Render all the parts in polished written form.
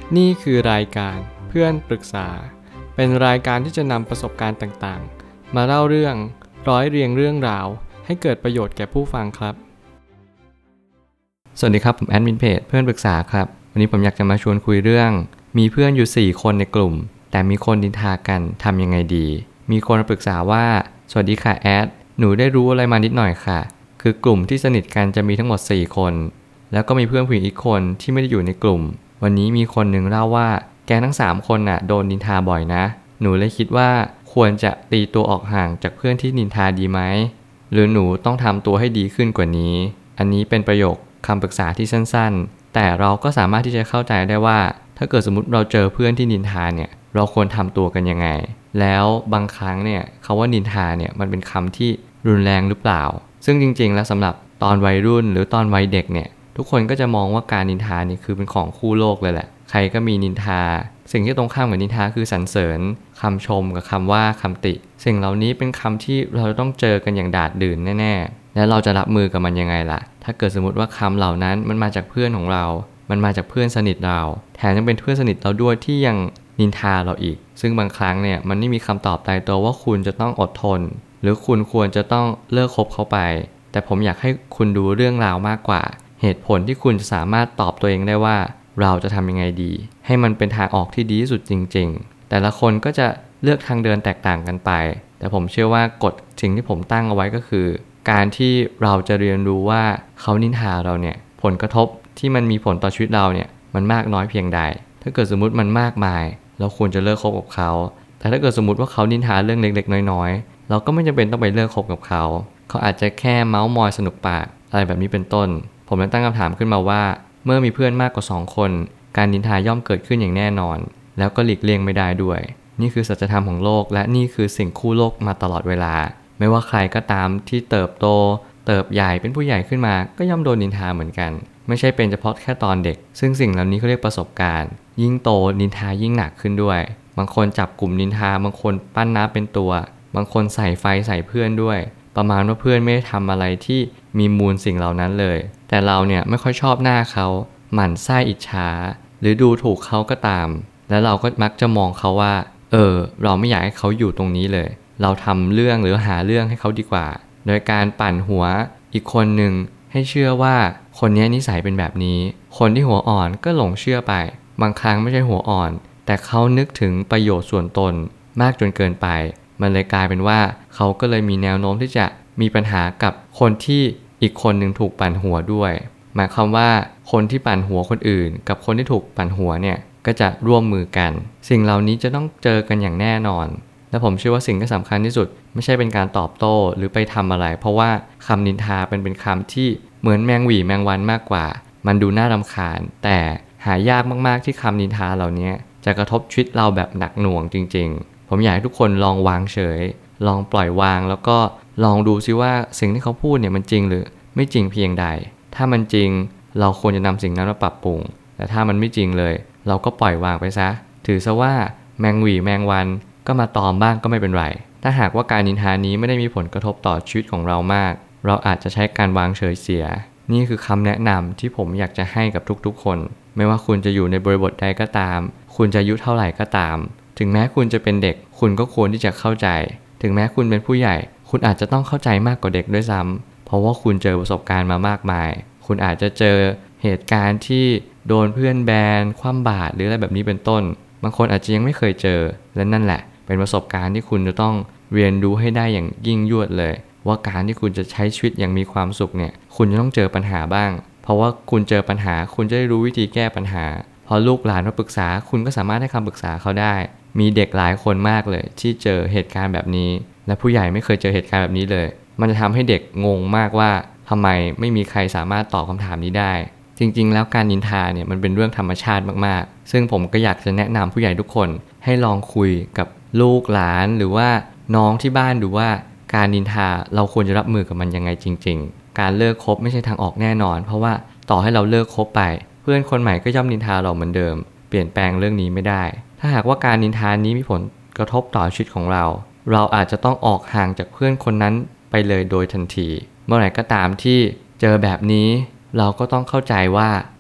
นี่คือรายการเพื่อนปรึกษาเป็นรายการที่จะนำประสบการณ์ต่างๆมาเล่าเรื่องร้อยเรียงเรื่องราวให้เกิดประโยชน์แก่ผู้ฟังครับสวัสดีครับผมแอดมินเพจเพื่อนปรึกษาครับวันนี้ผมอยากจะมาชวนคุยเรื่องมีเพื่อนอยู่4คนในกลุ่มแต่มีคนนินทากันทำยังไงดีมีคนมาปรึกษาว่าสวัสดีค่ะแอดหนูได้รู้อะไรมานิดหน่อยค่ะคือกลุ่มที่สนิทกันจะมีทั้งหมด4คนแล้วก็มีเพื่อนผู้หญิงอีกคนที่ไม่ได้อยู่ในกลุ่มวันนี้มีคนหนึ่งเล่าว่าแกทั้ง3คนน่ะโดนนินทาบ่อยนะหนูเลยคิดว่าควรจะตีตัวออกห่างจากเพื่อนที่นินทาดีไหมหรือหนูต้องทำตัวให้ดีขึ้นกว่านี้อันนี้เป็นประโยคคำปรึกษาที่สั้นๆแต่เราก็สามารถที่จะเข้าใจได้ว่าถ้าเกิดสมมติเราเจอเพื่อนที่นินทาเนี่ยเราควรทำตัวกันยังไงแล้วบางครั้งเนี่ยคำว่านินทาเนี่ยมันเป็นคำที่รุนแรงหรือเปล่าซึ่งจริงๆแล้วสำหรับตอนวัยรุ่นหรือตอนวัยเด็กเนี่ยทุกคนก็จะมองว่าการนินทานี่คือเป็นของคู่โลกเลยแหละใครก็มีนินทาสิ่งที่ตรงข้ามกับนินทาคือสรรเสริญคำชมกับคำว่าคำติสิ่งเหล่านี้เป็นคำที่เราต้องเจอกันอย่างดาดดื่นแน่ๆแล้วเราจะรับมือกับมันยังไงล่ะถ้าเกิดสมมติว่าคำเหล่านั้นมันมาจากเพื่อนของเรามันมาจากเพื่อนสนิทเราแถมยังเป็นเพื่อนสนิทเราด้วยที่ยังนินทาเราอีกซึ่งบางครั้งเนี่ยมันไม่มีคำตอบตายตัวว่าคุณจะต้องอดทนหรือคุณควรจะต้องเลิกคบเขาไปแต่ผมอยากให้คุณดูเรื่องราวมากกว่าเหตุผลที่คุณจะสามารถตอบตัวเองได้ว่าเราจะทำยังไงดีให้มันเป็นทางออกที่ดีที่สุดจริงๆแต่ละคนก็จะเลือกทางเดินแตกต่างกันไปแต่ผมเชื่อว่ากฎสิ่งที่ผมตั้งเอาไว้ก็คือการที่เราจะเรียนรู้ว่าเขานินทาเราเนี่ยผลกระทบที่มันมีผลต่อชีวิตเราเนี่ยมันมากน้อยเพียงใดถ้าเกิดสมมุติมันมากมายเราควรจะเลิกคบกับเขาแต่ถ้าเกิดสมมุติว่าเขานินทาเรื่องเล็กๆน้อยๆเราก็ไม่จำเป็นต้องไปเลิกคบกับเขาอาจจะแค่เมาส์มอยสนุกปากอะไรแบบนี้เป็นต้นผมเลยตั้งคำถามขึ้นมาว่าเมื่อมีเพื่อนมากกว่า2คนการนินทาย่อมเกิดขึ้นอย่างแน่นอนแล้วก็หลีกเลี่ยงไม่ได้ด้วยนี่คือสัจธรรมของโลกและนี่คือสิ่งคู่โลกมาตลอดเวลาไม่ว่าใครก็ตามที่เติบใหญ่เป็นผู้ใหญ่ขึ้นมาก็ย่อมโดนนินทาเหมือนกันไม่ใช่เป็นเฉพาะแค่ตอนเด็กซึ่งสิ่งเหล่านี้เขาเรียกประสบการณ์ยิ่งโตนินทายิ่งหนักขึ้นด้วยบางคนจับกลุ่มนินทาบางคนปั้นน้ำเป็นตัวบางคนใส่ไฟใส่เพื่อนด้วยประมาณว่าเพื่อนไม่ได้ทำอะไรที่มีมูลสิ่งเหล่านั้นเลยแต่เราเนี่ยไม่ค่อยชอบหน้าเขาหมั่นไส้อิจฉาหรือดูถูกเขาก็ตามแล้วเราก็มักจะมองเขาว่าเราไม่อยากให้เขาอยู่ตรงนี้เลยเราทำเรื่องหรือหาเรื่องให้เขาดีกว่าโดยการปั่นหัวอีกคนหนึ่งให้เชื่อว่าคนนี้นิสัยเป็นแบบนี้คนที่หัวอ่อนก็หลงเชื่อไปบางครั้งไม่ใช่หัวอ่อนแต่เขานึกถึงประโยชน์ส่วนตนมากจนเกินไปมันเลยกลายเป็นว่าเขาก็เลยมีแนวโน้มที่จะมีปัญหากับคนที่อีกคนหนึ่งถูกปั่นหัวด้วยหมายความว่าคนที่ปั่นหัวคนอื่นกับคนที่ถูกปั่นหัวเนี่ยก็จะร่วมมือกันสิ่งเหล่านี้จะต้องเจอกันอย่างแน่นอนและผมเชื่อว่าสิ่งที่สำคัญที่สุดไม่ใช่เป็นการตอบโต้หรือไปทำอะไรเพราะว่าคำนินทาเป็นคำที่เหมือนแมงหวี่แมงวันมากกว่ามันดูน่ารำคาญแต่หายากมากๆที่คำนินทาเหล่านี้จะกระทบชีวิตเราแบบหนักหน่วงจริงๆผมอยากให้ทุกคนลองวางเฉยลองปล่อยวางแล้วก็ลองดูซิว่าสิ่งที่เขาพูดเนี่ยมันจริงหรือไม่จริงเพียงใดถ้ามันจริงเราควรจะนำสิ่งนั้นมาปรับปรุงแต่ถ้ามันไม่จริงเลยเราก็ปล่อยวางไปซะถือซะว่าแมงหวี่แมงวันก็มาตอมบ้างก็ไม่เป็นไรถ้าหากว่าการนินทานี้ไม่ได้มีผลกระทบต่อชีวิตของเรามากเราอาจจะใช้การวางเฉยเสียนี่คือคำแนะนำที่ผมอยากจะให้กับทุกๆคนไม่ว่าคุณจะอยู่ในบริบทใดก็ตามคุณจะอายุเท่าไหร่ก็ตามถึงแม้คุณจะเป็นเด็กคุณก็ควรที่จะเข้าใจถึงแม้คุณเป็นผู้ใหญ่คุณอาจจะต้องเข้าใจมากกว่าเด็กด้วยซ้ำเพราะว่าคุณเจอประสบการณ์มามากมายคุณอาจจะเจอเหตุการณ์ที่โดนเพื่อนแบนคว่ำบาตรหรืออะไรแบบนี้เป็นต้นบางคนอาจจะยังไม่เคยเจอและนั่นแหละเป็นประสบการณ์ที่คุณจะต้องเรียนรู้ให้ได้อย่างยิ่งยวดเลยว่าการที่คุณจะใช้ชีวิตอย่างมีความสุขเนี่ยคุณจะต้องเจอปัญหาบ้างเพราะว่าคุณเจอปัญหาคุณจะได้รู้วิธีแก้ปัญหาพอลูกหลานมาปรึกษาคุณก็สามารถให้คำปรึกษาเขาได้มีเด็กหลายคนมากเลยที่เจอเหตุการณ์แบบนี้และผู้ใหญ่ไม่เคยเจอเหตุการณ์แบบนี้เลยมันจะทำให้เด็กงงมากว่าทำไมไม่มีใครสามารถตอบคำถามนี้ได้จริงๆแล้วการนินทาเนี่ยมันเป็นเรื่องธรรมชาติมากๆซึ่งผมก็อยากจะแนะนำผู้ใหญ่ทุกคนให้ลองคุยกับลูกหลานหรือว่าน้องที่บ้านดูว่าการนินทาเราควรจะรับมือกับมันยังไงจริงๆการเลิกคบไม่ใช่ทางออกแน่นอนเพราะว่าต่อให้เราเลิกคบไปเพื่อนคนใหม่ก็ย่อมนินทาเราเหมือนเดิมเปลี่ยนแปลงเรื่องนี้ไม่ได้ถ้าหากว่าการนินทานี้มีผลกระทบต่อชีวิตของเราอาจจะต้องออกห่างจากเพื่อนคนนั้นไปเลยโดยทันทีเมื่อไหร่ก็ตามที่เจอแบบนี้เราก็ต้องเข้าใจว่า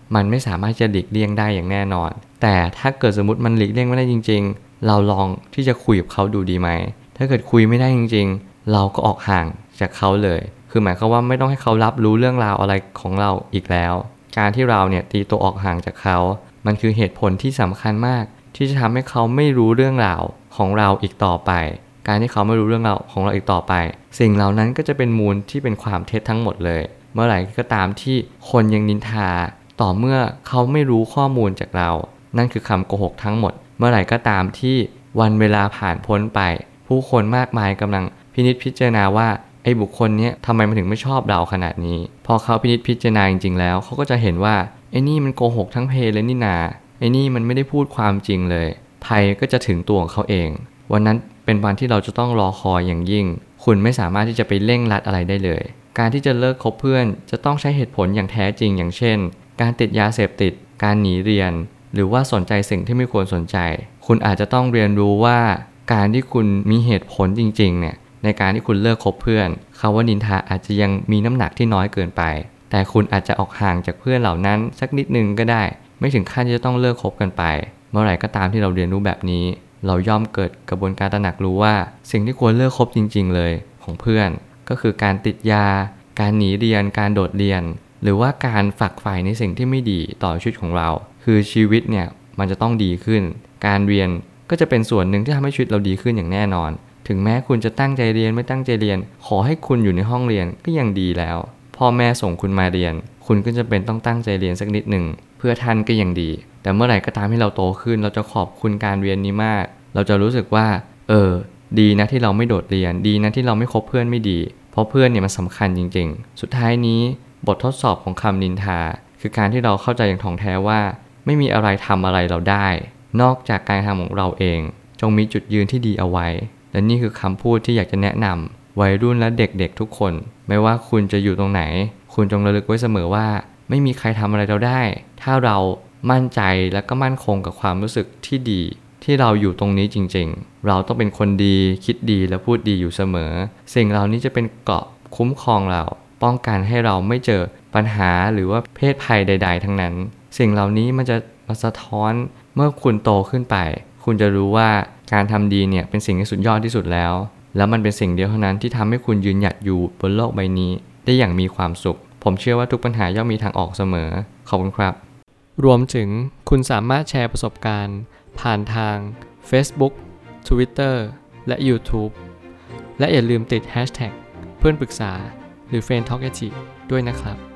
มันไม่สามารถจะหลีกเลี่ยงได้อย่างแน่นอนแต่ถ้าเกิดสมมติมันหลีกเลี่ยงไม่ได้จริงๆเราลองที่จะคุยกับเขาดูดีไหมถ้าเกิดคุยไม่ได้จริงๆเราก็ออกห่างจากเขาเลยคือหมายความว่าไม่ต้องให้เขารับรู้เรื่องราวอะไรของเราอีกแล้วการที่เราเนี่ยตีตัวออกห่างจากเขามันคือเหตุผลที่สำคัญมากที่จะทำให้เขาไม่รู้เรื่องราวของเราอีกต่อไปการที่เขาไม่รู้เรื่องราวของเราอีกต่อไปสิ่งเหล่านั้นก็จะเป็นมูลที่เป็นความเท็จทั้งหมดเลยเมื่อไหร่ก็ตามที่คนยังนินทาต่อเมื่อเขาไม่รู้ข้อมูลจากเรานั่นคือคำโกหกทั้งหมดเมื่อไหร่ก็ตามที่วันเวลาผ่านพ้นไปผู้คนมากมายกำลังพินิจพิจารณาว่าไอ้บุคคลนี้ทำไมมันถึงไม่ชอบเราขนาดนี้พอเขาพินิจพิจารณาจริงๆแล้วเขาก็จะเห็นว่าไอ้นี่มันโกหกทั้งเพเลยนี่นาไอ้นี่มันไม่ได้พูดความจริงเลยภัยก็จะถึงตัวของเขาเองวันนั้นเป็นวันที่เราจะต้องรอคอยอย่างยิ่งคุณไม่สามารถที่จะไปเร่งรัดอะไรได้เลยการที่จะเลิกคบเพื่อนจะต้องใช้เหตุผลอย่างแท้จริงอย่างเช่นการติดยาเสพติดการหนีเรียนหรือว่าสนใจสิ่งที่ไม่ควรสนใจคุณอาจจะต้องเรียนรู้ว่าการที่คุณมีเหตุผลจริงๆเนี่ยในการที่คุณเลิกคบเพื่อนคำว่านินทาอาจจะยังมีน้ำหนักที่น้อยเกินไปแต่คุณอาจจะออกห่างจากเพื่อนเหล่านั้นสักนิดนึงก็ได้ไม่ถึงขั้นที่จะต้องเลิกคบกันไปเมื่อไหร่ก็ตามที่เราเรียนรู้แบบนี้เราย่อมเกิดกระบวนการตระหนักรู้ว่าสิ่งที่ควรเลิกคบจริงๆเลยของเพื่อนก็คือการติดยาการหนีเรียนการโดดเรียนหรือว่าการฝักใฝ่ในสิ่งที่ไม่ดีต่อชีวิตของเราคือชีวิตเนี่ยมันจะต้องดีขึ้นการเรียนก็จะเป็นส่วนหนึ่งที่ทำให้ชีวิตเราดีขึ้นอย่างแน่นอนถึงแม้คุณจะตั้งใจเรียนไม่ตั้งใจเรียนขอให้คุณอยู่ในห้องเรียนก็ยังดีแล้วพ่อแม่ส่งคุณมาเรียนคุณก็จะเป็นต้องตั้งใจเรียนสักนิดหนึ่งเพื่อท่านก็ยังดีแต่เมื่อไหร่ก็ตามที่เราโตขึ้นเราจะขอบคุณการเรียนนี้มากเราจะรู้สึกว่าดีนะที่เราไม่โดดเรียนดีนะที่เราไม่คบเพื่อนไม่ดีเพราะเพื่อนเนี่ยมันสำคัญจริงๆสุดท้ายนี้บททดสอบของคำนินทาคือการที่เราเข้าใจอย่างถ่องแท้ว่าไม่มีอะไรทำอะไรเราได้นอกจากการทำของเราเองจงมีจุดยืนที่ดีเอาไว้และนี่คือคำพูดที่อยากจะแนะนำวัยรุ่นและเด็กๆทุกคนไม่ว่าคุณจะอยู่ตรงไหนคุณจงระลึกไว้เสมอว่าไม่มีใครทำอะไรเราได้ถ้าเรามั่นใจและก็มั่นคงกับความรู้สึกที่ดีที่เราอยู่ตรงนี้จริงๆเราต้องเป็นคนดีคิดดีและพูดดีอยู่เสมอสิ่งเหล่านี้จะเป็นเกราะคุ้มครองเราป้องกันให้เราไม่เจอปัญหาหรือว่าเพศภัยใดๆทั้งนั้นสิ่งเหล่านี้มันจะมาสะท้อนเมื่อคุณโตขึ้นไปคุณจะรู้ว่าการทำดีเนี่ยเป็นสิ่งที่สุดยอดที่สุดแล้วมันเป็นสิ่งเดียวเท่านั้นที่ทำให้คุณยืนหยัดอยู่บนโลกใบนี้ได้อย่างมีความสุขผมเชื่อว่าทุกปัญหาย่อมมีทางออกเสมอขอบคุณครับรวมถึงคุณสามารถแชร์ประสบการณ์ผ่านทาง Facebook Twitter และ YouTube และอย่าลืมติด Hashtag เพื่อนปรึกษาหรือ Friend Talk ด้วยนะครับ